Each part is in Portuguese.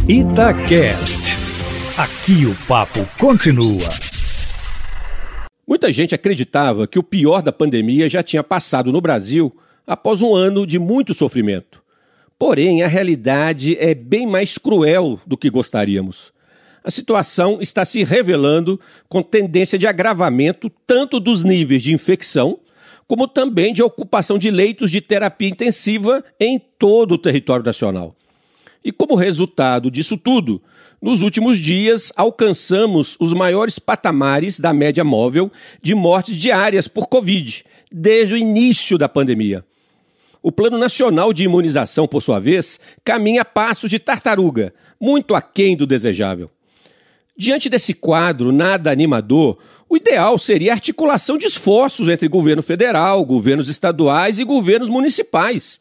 Itacast. Aqui o papo continua. Muita gente acreditava que o pior da pandemia já tinha passado no Brasil após um ano de muito sofrimento. Porém, a realidade é bem mais cruel do que gostaríamos. A situação está se revelando com tendência de agravamento tanto dos níveis de infecção, como também de ocupação de leitos de terapia intensiva em todo o território nacional. E como resultado disso tudo, nos últimos dias alcançamos os maiores patamares da média móvel de mortes diárias por Covid, desde o início da pandemia. O Plano Nacional de Imunização, por sua vez, caminha a passos de tartaruga, muito aquém do desejável. Diante desse quadro nada animador, o ideal seria a articulação de esforços entre governo federal, governos estaduais e governos municipais,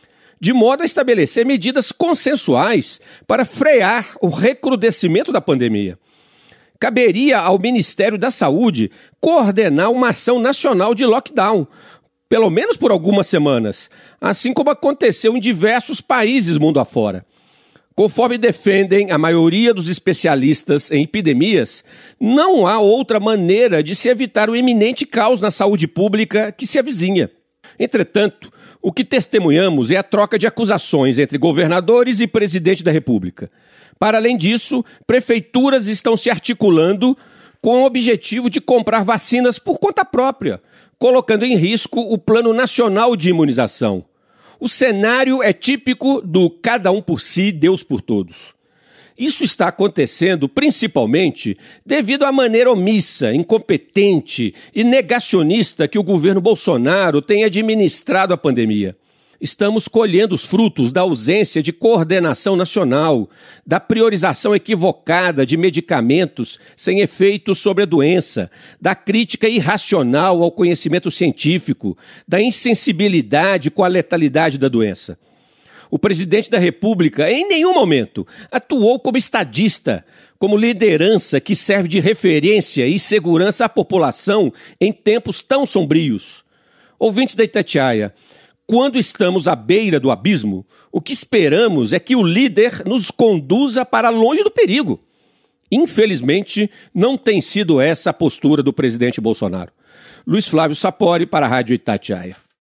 de modo a estabelecer medidas consensuais para frear o recrudescimento da pandemia. Caberia ao Ministério da Saúde coordenar uma ação nacional de lockdown, pelo menos por algumas semanas, assim como aconteceu em diversos países mundo afora. Conforme defendem a maioria dos especialistas em epidemias, não há outra maneira de se evitar o iminente caos na saúde pública que se avizinha. Entretanto, o que testemunhamos é a troca de acusações entre governadores e presidente da República. Para além disso, prefeituras estão se articulando com o objetivo de comprar vacinas por conta própria, colocando em risco o Plano Nacional de Imunização. O cenário é típico do cada um por si, Deus por todos. Isso está acontecendo principalmente devido à maneira omissa, incompetente e negacionista que o governo Bolsonaro tem administrado a pandemia. Estamos colhendo os frutos da ausência de coordenação nacional, da priorização equivocada de medicamentos sem efeitos sobre a doença, da crítica irracional ao conhecimento científico, da insensibilidade com a letalidade da doença. O presidente da República, em nenhum momento, atuou como estadista, como liderança que serve de referência e segurança à população em tempos tão sombrios. Ouvintes da Itatiaia, quando estamos à beira do abismo, o que esperamos é que o líder nos conduza para longe do perigo. Infelizmente, não tem sido essa a postura do presidente Bolsonaro. Luiz Flávio Sapori para a Rádio Itatiaia.